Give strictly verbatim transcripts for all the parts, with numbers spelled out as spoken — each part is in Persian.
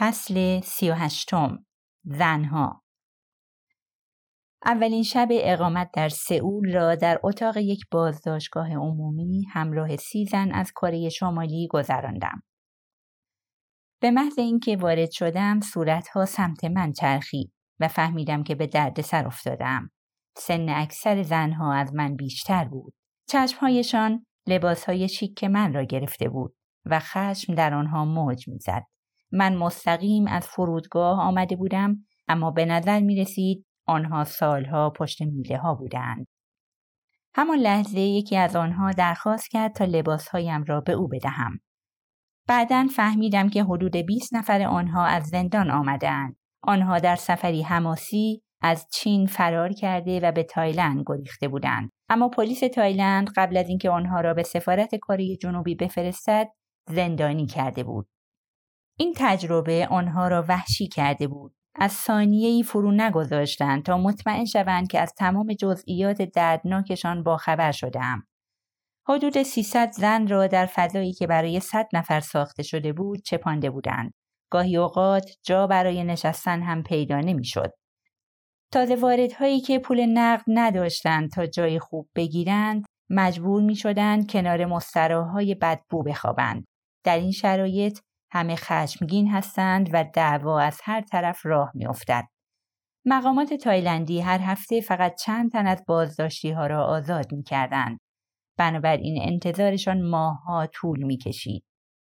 فصل سی و هشتم. زنها. اولین شب اقامت در سئول را در اتاق یک بازداشتگاه عمومی همراه سی زن از کره شمالی گذراندم. به محض اینکه وارد شدم صورتها سمت من چرخید و فهمیدم که به دردسر افتادم. سن اکثر زنها از من بیشتر بود. چشمهایشان لباسهای شیک من را گرفته بود و خشم در آنها موج می‌زد. من مستقیم از فرودگاه آمده بودم، اما به نظر می رسید آنها سالها پشت میله ها بودند. همان لحظه یکی از آنها درخواست کرد تا لباسهایم را به او بدهم. بعداً فهمیدم که حدود بیست نفر آنها از زندان آمدند. آنها در سفری حماسی از چین فرار کرده و به تایلند گریخته بودند. اما پلیس تایلند قبل از اینکه آنها را به سفارت کره جنوبی بفرستد، زندانی کرده بود. این تجربه آنها را وحشی کرده بود. از ثانیه‌ای فرو نگذاشتند تا مطمئن شوند که از تمام جزئیات دردناکشان باخبر شده‌ام. حدود سیصد زن را در فضایی که برای صد نفر ساخته شده بود چپانده بودند. گاهی اوقات جا برای نشستن هم پیدا نمی‌شد. تازه واردهایی که پول نقد نداشتند تا جای خوب بگیرند، مجبور می‌شدند کنار مستراح‌های بدبو بخوابند. در این شرایط همه خشمگین هستند و دعوا از هر طرف راه می افتد. مقامات تایلندی هر هفته فقط چند تن از بازداشتی ها را آزاد می کردند. بنابراین انتظارشان ماه‌ها طول می کشید.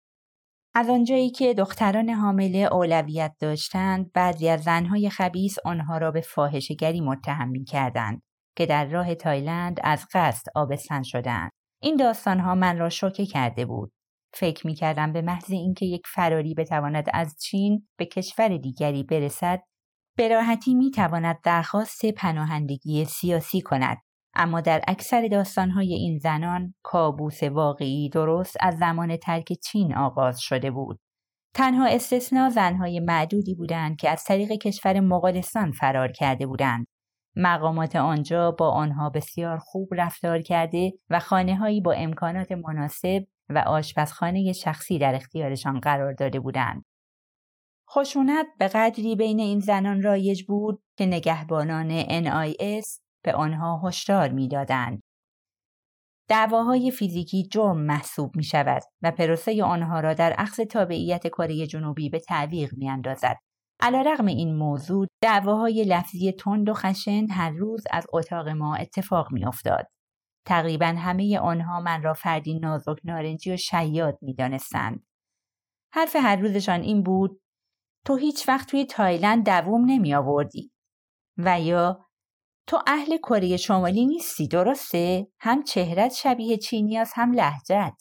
از آنجایی که دختران حامله اولویت داشتند، بعضی از زنهای خبیث آنها را به فاحشه‌گری متهم می کردند که در راه تایلند از قصد آبستن شدند. این داستانها من را شوکه کرده بود. فکر می کردم به محض اینکه یک فراری بتواند از چین به کشور دیگری برسد، به راحتی می تواند درخواست پناهندگی سیاسی کند. اما در اکثر داستانهای این زنان، کابوس واقعی درست از زمان ترک چین آغاز شده بود. تنها استثناء زنهای معدودی بودند که از طریق کشور مغولستان فرار کرده بودند. مقامات آنجا با آنها بسیار خوب رفتار کرده و خانه‌هایی با امکانات مناسب و آشپزخانه شخصی در اختیارشان قرار داده بودند. خشونت به قدری بین این زنان رایج بود که نگهبانان ان آی اس به آنها هشدار می‌دادند. دعواهای فیزیکی جرم محسوب می‌شود و پروسه آنها را در اخذ تابعیت کره جنوبی به تعویق می‌اندازد. علیرغم این موضوع، دعواهای لفظی تند و خشن هر روز از اتاق ما اتفاق می‌افتاد. تقریباً همه آنها من را فردی نازک نارنجی و شیاد می دانستند. حرف هر روزشان این بود: تو هیچ وقت توی تایلند دووم نمی آوردی. و یا تو اهل کره شمالی نیستی، درسته؟ هم چهرت شبیه چینی است، هم لهجت.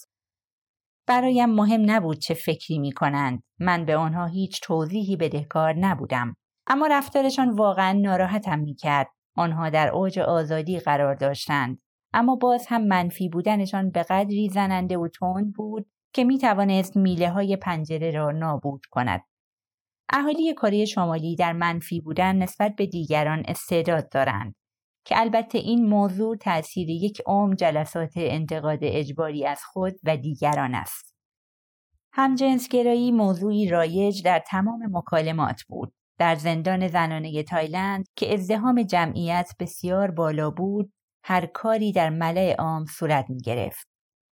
برایم مهم نبود چه فکری می کنند. من به آنها هیچ توضیحی بدهکار نبودم. اما رفتارشان واقعاً ناراحتم می کرد. آنها در اوج آزادی قرار داشتند. اما باز هم منفی بودنشان به قدری زننده و تند بود که می توانست میله های پنجره را نابود کند. اهالی کره شمالی در منفی بودن نسبت به دیگران استعداد دارند که البته این موضوع تأثیر یک عمر جلسات انتقاد اجباری از خود و دیگران است. همجنسگرایی موضوعی رایج در تمام مکالمات بود. در زندان زنانه تایلند که ازدحام جمعیت بسیار بالا بود، هر کاری در ملأ عام صورت می گرفت.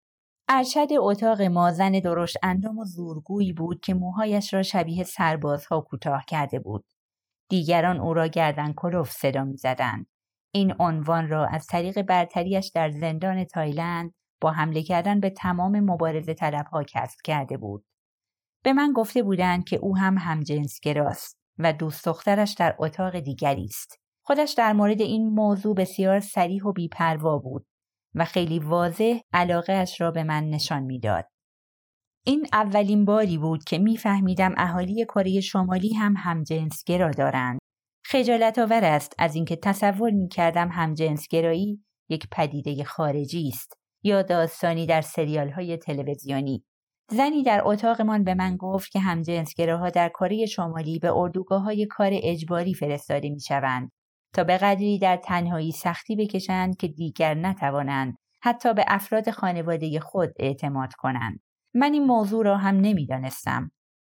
ارشد اتاق ما زن درشت اندام و زورگویی بود که موهایش را شبیه سربازها کوتاه کرده بود. دیگران او را گردن کلفت صدا می زدند. این عنوان را از طریق برتریش در زندان تایلند با حمله کردن به تمام مبارزه طلبها کسب کرده بود. به من گفته بودند که او هم همجنسگراست و دوست دخترش در اتاق دیگری است. خودش در مورد این موضوع بسیار صریح و بی‌پروا بود و خیلی واضح علاقه اش را به من نشان میداد. این اولین باری بود که میفهمیدم اهالی کره شمالی هم همجنسگرا دارند. خجالت آور است از اینکه تصور میکردم همجنسگرایی یک پدیده خارجی است یا داستانی در سریال‌های تلویزیونی. زنی در اتاقمان به من گفت که همجنسگراها در کره شمالی به اردوگاه‌های کار اجباری فرستاده میشوند تا به قدری در تنهایی سختی بکشند که دیگر نتوانند حتی به افراد خانواده خود اعتماد کنند. من این موضوع را هم نمیدانستم.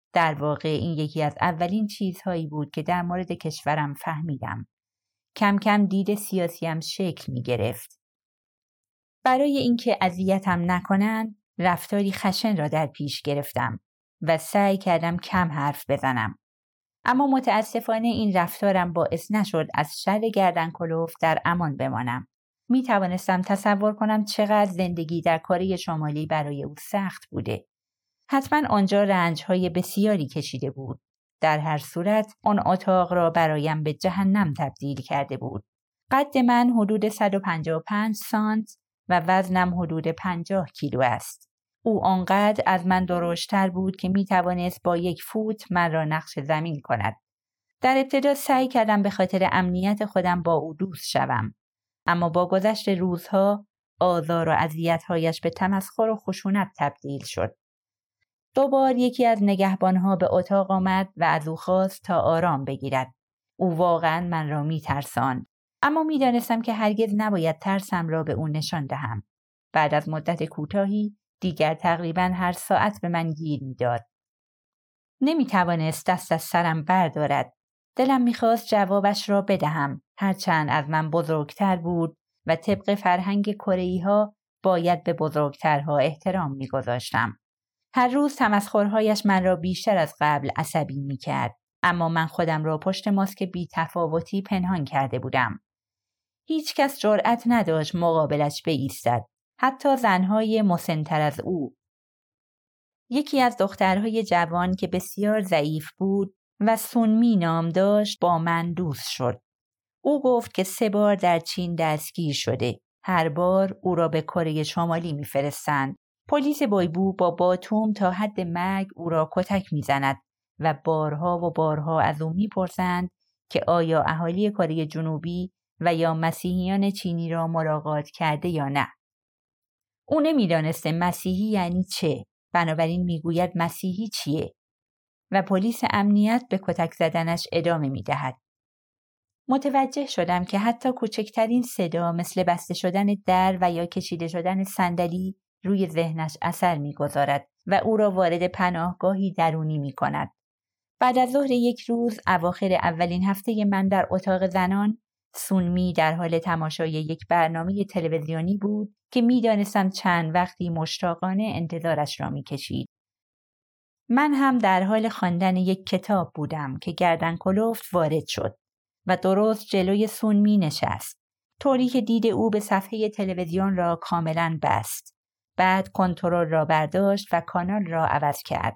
در واقع این یکی از اولین چیزهایی بود که در مورد کشورم فهمیدم. کم کم دید سیاسیم شکل می گرفت. برای اینکه اذیتم نکنند، رفتاری خشن را در پیش گرفتم و سعی کردم کم حرف بزنم. اما متاسفانه این رفتارم باعث نشد از شر گردنکلفت در امان بمانم. می توانستم تصور کنم چقدر زندگی در کره شمالی برای او سخت بوده. حتما آنجا رنج‌های بسیاری کشیده بود. در هر صورت آن اتاق را برایم به جهنم تبدیل کرده بود. قد من حدود صد و پنجاه و پنج سانت و وزنم حدود پنجاه کیلو است. او آنقدر از من درشت‌تر بود که می توانست با یک فوت من را نقش زمین کند. در ابتدا سعی کردم به خاطر امنیت خودم با او دوست شوم. اما با گذشت روزها آزار و اذیت‌هایش به تمسخر و خشونت تبدیل شد. دوبار یکی از نگهبانها به اتاق آمد و از او خواست تا آرام بگیرد. او واقعاً من را می ترساند. اما می دانستم که هرگز نباید ترسم را به او نشان دهم. بعد از مدت کوتاهی دیگر تقریباً هر ساعت به من گیر می داد. نمی توانست دست از سرم بردارد. دلم می خواست جوابش را بدهم. هرچند از من بزرگتر بود و طبق فرهنگ کره‌ای ها باید به بزرگترها احترام می گذاشتم. هر روز تمسخرهایش من را بیشتر از قبل عصبی می کرد. اما من خودم را پشت ماسک بی تفاوتی پنهان کرده بودم. هیچ کس جرأت نداشت مقابلش بایستد. حتی زنهای مسن‌تر از او. یکی از دخترهای جوان که بسیار ضعیف بود و سونمی نام داشت با من دوست شد. او گفت که سه بار در چین دستگیر شده. هر بار او را به کره شمالی می‌فرستند. پلیس بایبو با باتوم تا حد مرگ او را کتک می‌زند و بارها و بارها از او می‌پرسند که آیا اهالی کره جنوبی و یا مسیحیان چینی را ملاقات کرده یا نه. او نمی‌دانسته مسیحی یعنی چه، بنابراین میگوید مسیحی چیه و پلیس امنیت به کتک زدنش ادامه می‌دهد. متوجه شدم که حتی کوچکترین صدا مثل بسته شدن در و یا کشیده شدن صندلی روی ذهنش اثر می‌گذارد و او را وارد پناهگاهی درونی می‌کند. بعد از ظهر یک روز اواخر اولین هفته من در اتاق زنان، سونمی در حال تماشای یک برنامه تلویزیونی بود که می‌دانستم چند وقتی مشتاقانه انتظارش را می‌کشید. من هم در حال خواندن یک کتاب بودم که گردنکلفت وارد شد و درست جلوی سونمی نشست، طوری که دید او به صفحه تلویزیون را کاملاً بست. بعد کنترل را برداشت و کانال را عوض کرد.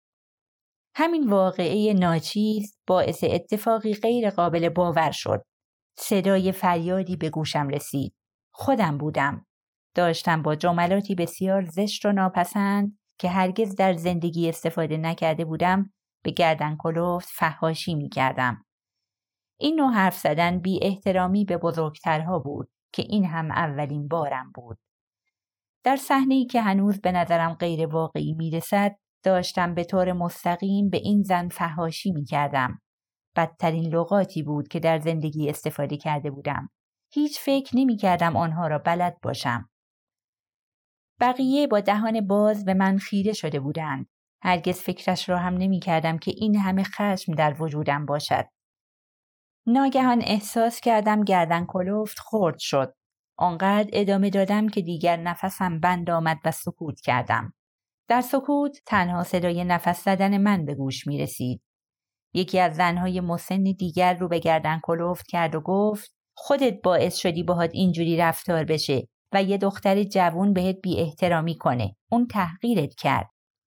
همین واقعه ناچیز باعث اتفاقی غیر قابل باور شد. صدای فریادی به گوشم رسید. خودم بودم. داشتم با جملاتی بسیار زشت و ناپسند که هرگز در زندگی استفاده نکرده بودم به گردنکلفت فحاشی می کردم. این نوع حرف زدن بی احترامی به بزرگترها بود که این هم اولین بارم بود. در صحنه‌ای که هنوز به نظرم غیر واقعی می رسد، داشتم به طور مستقیم به این زن فحاشی می کردم. بدترین لغاتی بود که در زندگی استفاده کرده بودم. هیچ فکر نمی کردم آنها را بلد باشم. بقیه با دهان باز به من خیره شده بودند. هرگز فکرش را هم نمی کردم که این همه خشم در وجودم باشد. ناگهان احساس کردم گردنکلفت خرد شد. آنقدر ادامه دادم که دیگر نفسم بند آمد و سکوت کردم. در سکوت تنها صدای نفس زدن من به گوش می رسید. یکی از زنهای مسن دیگر رو به گردنکلفت کرد و گفت خودت باعث شدی باهات اینجوری رفتار بشه و یه دختر جوون بهت بی احترامی کنه. اون تحقیرت کرد.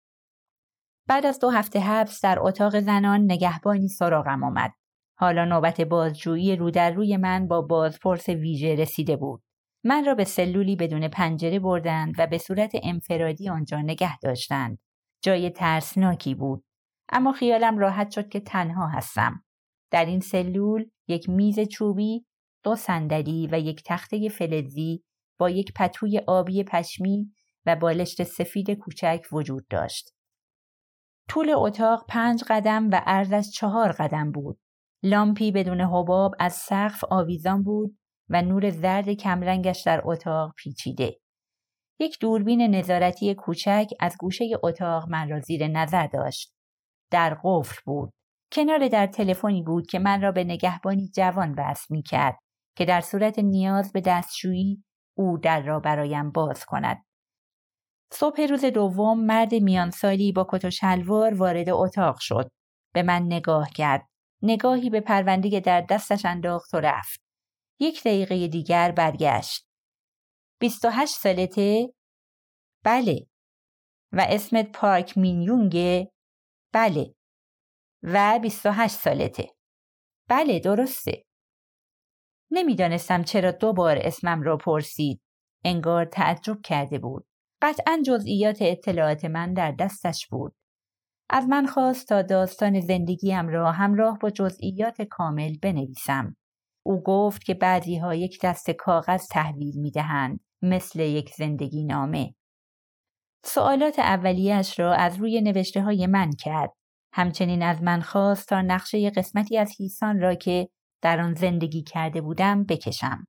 بعد از دو هفته حبس در اتاق زنان نگهبانی سراغم آمد. حالا نوبت بازجویی رو در روی من با بازپرس ویژه رسیده بود. من را به سلولی بدون پنجره بردند و به صورت انفرادی آنجا نگه داشتند. جای ترسناکی بود. اما خیالم راحت شد که تنها هستم. در این سلول یک میز چوبی، دو صندلی و یک تخته فلزی با یک پتوی آبی پشمی و بالشت سفید کوچک وجود داشت. طول اتاق پنج قدم و عرضش چهار قدم بود. لامپی بدون حباب از سقف آویزان بود و نور زرد کمرنگش در اتاق پیچیده. یک دوربین نظارتی کوچک از گوشه اتاق من را زیر نظر داشت. در قفل بود. کنار در تلفنی بود که من را به نگهبانی جوان وصل می‌کرد که در صورت نیاز به دستشویی او در را برایم باز کند. صبح روز دوم مرد میان سالی با کت و شلوار وارد اتاق شد. به من نگاه کرد. نگاهی به پرونده در دستش انداخت و رفت. یک دقیقه دیگر برگشت. بیست و هشت سالته؟ بله. و اسمت پارک مین یونگه؟ بله. و بیست و هشت سالته؟ بله درسته. نمیدانستم چرا دو بار اسمم را پرسید. انگار تعجب کرده بود. قطعاً جزئیات اطلاعات من در دستش بود. از من خواست تا داستان زندگیم را همراه با جزئیات کامل بنویسم. او گفت که بعضی‌ها یک دست کاغذ تحویل می‌دهند، مثل یک زندگی نامه. سوالات اولیه‌اش را از روی نوشته‌های من کرد. همچنین از من خواست تا نقشه قسمتی از هیسان را که در آن زندگی کرده بودم بکشم.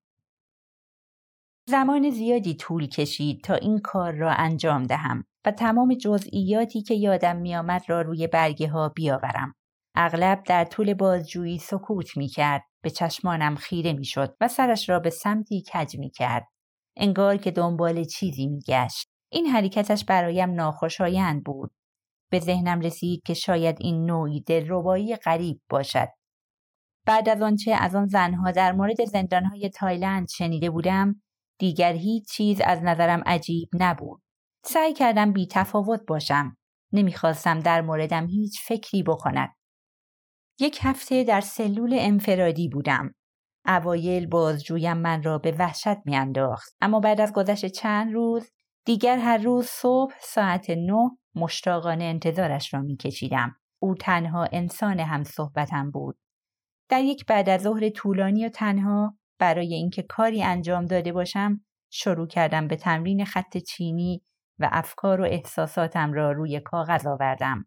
زمان زیادی طول کشید تا این کار را انجام دهم و تمام جزئیاتی که یادم می‌آمد را روی برگه ها بیاورم. اغلب در طول بازجویی سکوت می‌کرد، به چشمانم خیره می‌شد و سرش را به سمتی کج می‌کرد. انگار که دنبال چیزی می‌گشت. این حرکتش برایم ناخوشایند بود. به ذهنم رسید که شاید این نوعی دلربایی غریب باشد. بعد از آنچه از آن زنها در مورد زندان‌های تایلند شنیده بودم، دیگر هیچ چیز از نظرم عجیب نبود. سعی کردم بی تفاوت باشم. نمیخواستم در موردم هیچ فکری بکند. یک هفته در سلول انفرادی بودم. اوایل بازجویم من را به وحشت میانداخت، اما بعد از گذشت چند روز دیگر هر روز صبح ساعت نه مشتاقانه انتظارش را میکشیدم. او تنها انسان هم صحبتم بود. در یک بعد از ظهر طولانی و تنها برای اینکه کاری انجام داده باشم شروع کردم به تمرین خط چینی و افکار و احساساتم را روی کاغذ آوردم.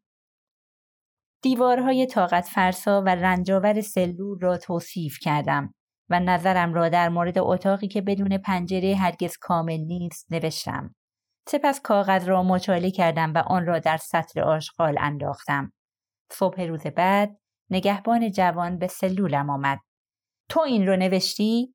دیوارهای طاقت فرسا و رنجاور سلول را توصیف کردم و نظرم را در مورد اتاقی که بدون پنجره هرگز کامل نیست نوشتم. سپس کاغذ را مچاله کردم و آن را در سطل آشغال انداختم. صبح روز بعد نگهبان جوان به سلولم آمد. تو این رو نوشتی؟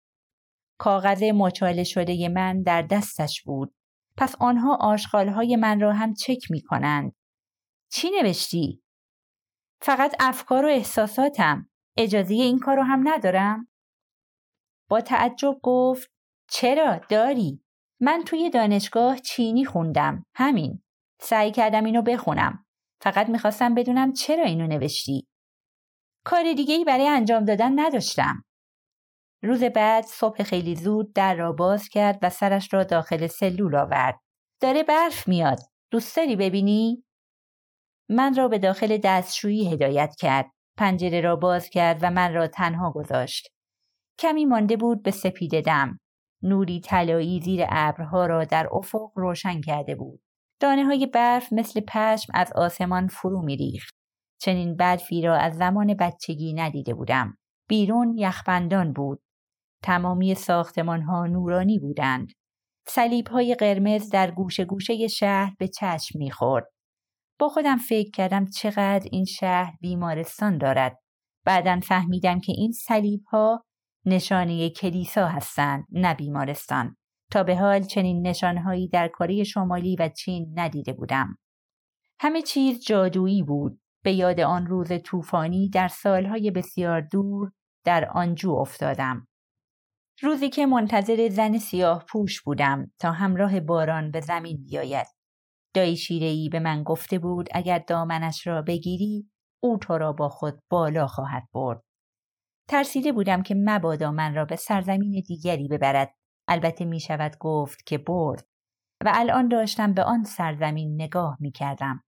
کاغذ مچاله شده من در دستش بود. پس آنها آشغالهای من را هم چک می کنند. چی نوشتی؟ فقط افکار و احساساتم. اجازه این کارو هم ندارم؟ با تعجب گفت چرا داری؟ من توی دانشگاه چینی خوندم. همین. سعی کردم اینو بخونم. فقط میخواستم بدونم چرا اینو نوشتی. کار دیگه‌ای برای انجام دادن نداشتم. روز بعد صبح خیلی زود در را باز کرد و سرش را داخل سلول آورد. داره برف میاد. دوست داری ببینی؟ من را به داخل دستشویی هدایت کرد. پنجره را باز کرد و من را تنها گذاشت. کمی مانده بود به سپیده دم. نوری طلایی زیر ابرها را در افق روشن کرده بود. دانه‌های برف مثل پشم از آسمان فرو می‌ریخت. چنین برفی را از زمان بچگی ندیده بودم. بیرون یخبندان بود. تمامی ساختمان‌ها نورانی بودند. صلیب‌های قرمز در گوشه گوشه شهر به چشم می‌خورد. با خودم فکر کردم چقدر این شهر بیمارستان دارد. بعداً فهمیدم که این صلیب‌ها نشانه کلیسا هستند، نه بیمارستان. تا به حال چنین نشانهایی در کره شمالی و چین ندیده بودم. همه چیز جادویی بود. به یاد آن روز طوفانی در سالهای بسیار دور در آنجو افتادم. روزی که منتظر زن سیاه پوش بودم تا همراه باران به زمین بیاید. دایی شیره‌ای به من گفته بود اگر دامنش را بگیری او تو را با خود بالا خواهد برد. ترسیده بودم که مبادا من را به سرزمین دیگری ببرد. البته می شود گفت که برد و الان داشتم به آن سرزمین نگاه می کردم.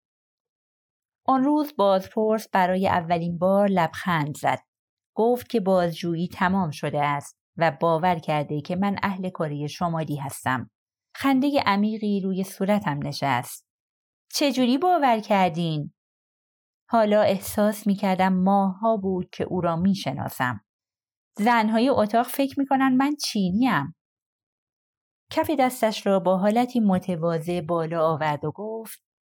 آن روز بازپرس برای اولین بار لبخند زد. گفت که بازجویی تمام شده است و باور کرده که من اهل کره شمالی هستم. خنده عمیقی روی صورتم نشست. چجوری باور کردین؟ حالا احساس می کردم ماه‌ها بود که او را می شناسم. زنهای اتاق فکر می کنن من چینیم. کف دستش را با حالتی متواضع بالا آورد و گفت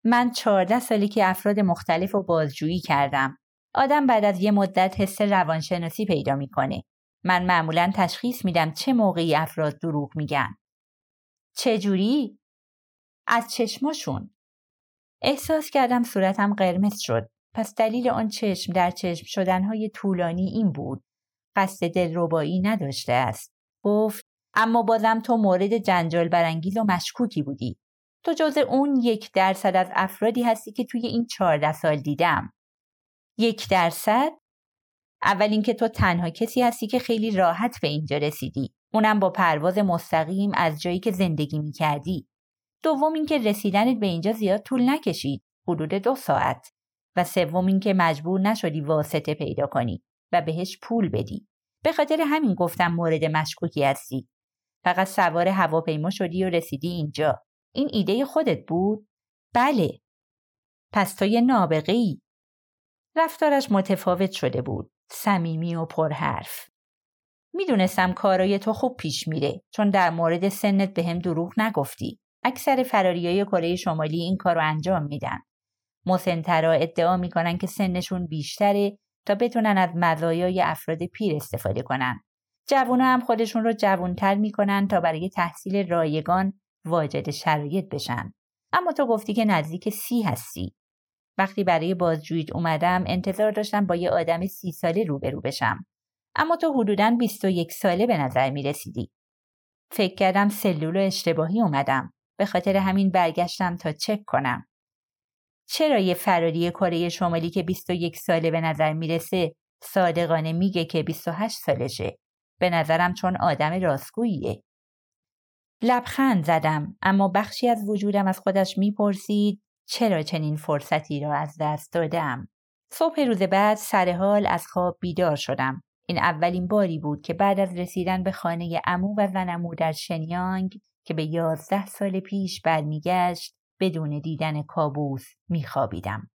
من چهارده سالی که افراد مختلف رو بازجویی کردم. آدم بعد از یه مدت حس روانشناسی پیدا میکنه. من معمولاً تشخیص میدم چه موقعی افراد دروغ میگن. چه جوری؟ از چشماشون. احساس کردم صورتم قرمز شد. پس دلیل آن چشم در چشم شدنهای طولانی این بود. قصد دلربایی نداشته است. گفت اما بازم تو مورد جنجال برانگیز و مشکوکی بودی. تو جز اون یک درصد از افرادی هستی که توی این چهارده سال دیدم. یک درصد؟ اول اینکه تو تنها کسی هستی که خیلی راحت به اینجا رسیدی. اونم با پرواز مستقیم از جایی که زندگی می‌کردی. دوم اینکه رسیدنت به اینجا زیاد طول نکشید. حدود دو ساعت. و سوم اینکه مجبور نشدی واسطه پیدا کنی و بهش پول بدی. به خاطر همین گفتم مورد مشکوکی هستی. فقط سوار هواپیما شدی و رسیدی اینجا. این ایده خودت بود؟ بله. پس تو یه نابغه‌ای. رفتارش متفاوت شده بود. صمیمی و پرحرف. میدونستم کارای تو خوب پیش میره چون در مورد سنت بهم دروغ نگفتی. اکثر فراریای کره شمالی این کارو انجام میدن. مسن‌ترا ادعا میکنن که سنشون بیشتره تا بتونن از مزایای افراد پیر استفاده کنن. جوونا هم خودشون رو جوان‌تر میکنن تا برای تحصیل رایگان واجد شرایط بشن. اما تو گفتی که نزدیک سی هستی. وقتی برای بازجوییت اومدم انتظار داشتم با یه آدم سی ساله روبرو بشم. اما تو حدوداً بیست و یک ساله به نظر می رسیدی. فکر کردم سلول اشتباهی اومدم. به خاطر همین برگشتم تا چک کنم. چرا یه فراری کره شمالی که بیست و یک ساله به نظر میرسه صادقانه میگه که بیست و هشت سالشه؟ به نظرم چون آدم راستگوییه. لبخند زدم اما بخشی از وجودم از خودش میپرسید چرا چنین فرصتی را از دست دادم. صبح روز بعد سر حال از خواب بیدار شدم. این اولین باری بود که بعد از رسیدن به خانه عمو و زنمو در شنیانگ که به یازده سال پیش برمیگشت بدون دیدن کابوس میخوابیدم.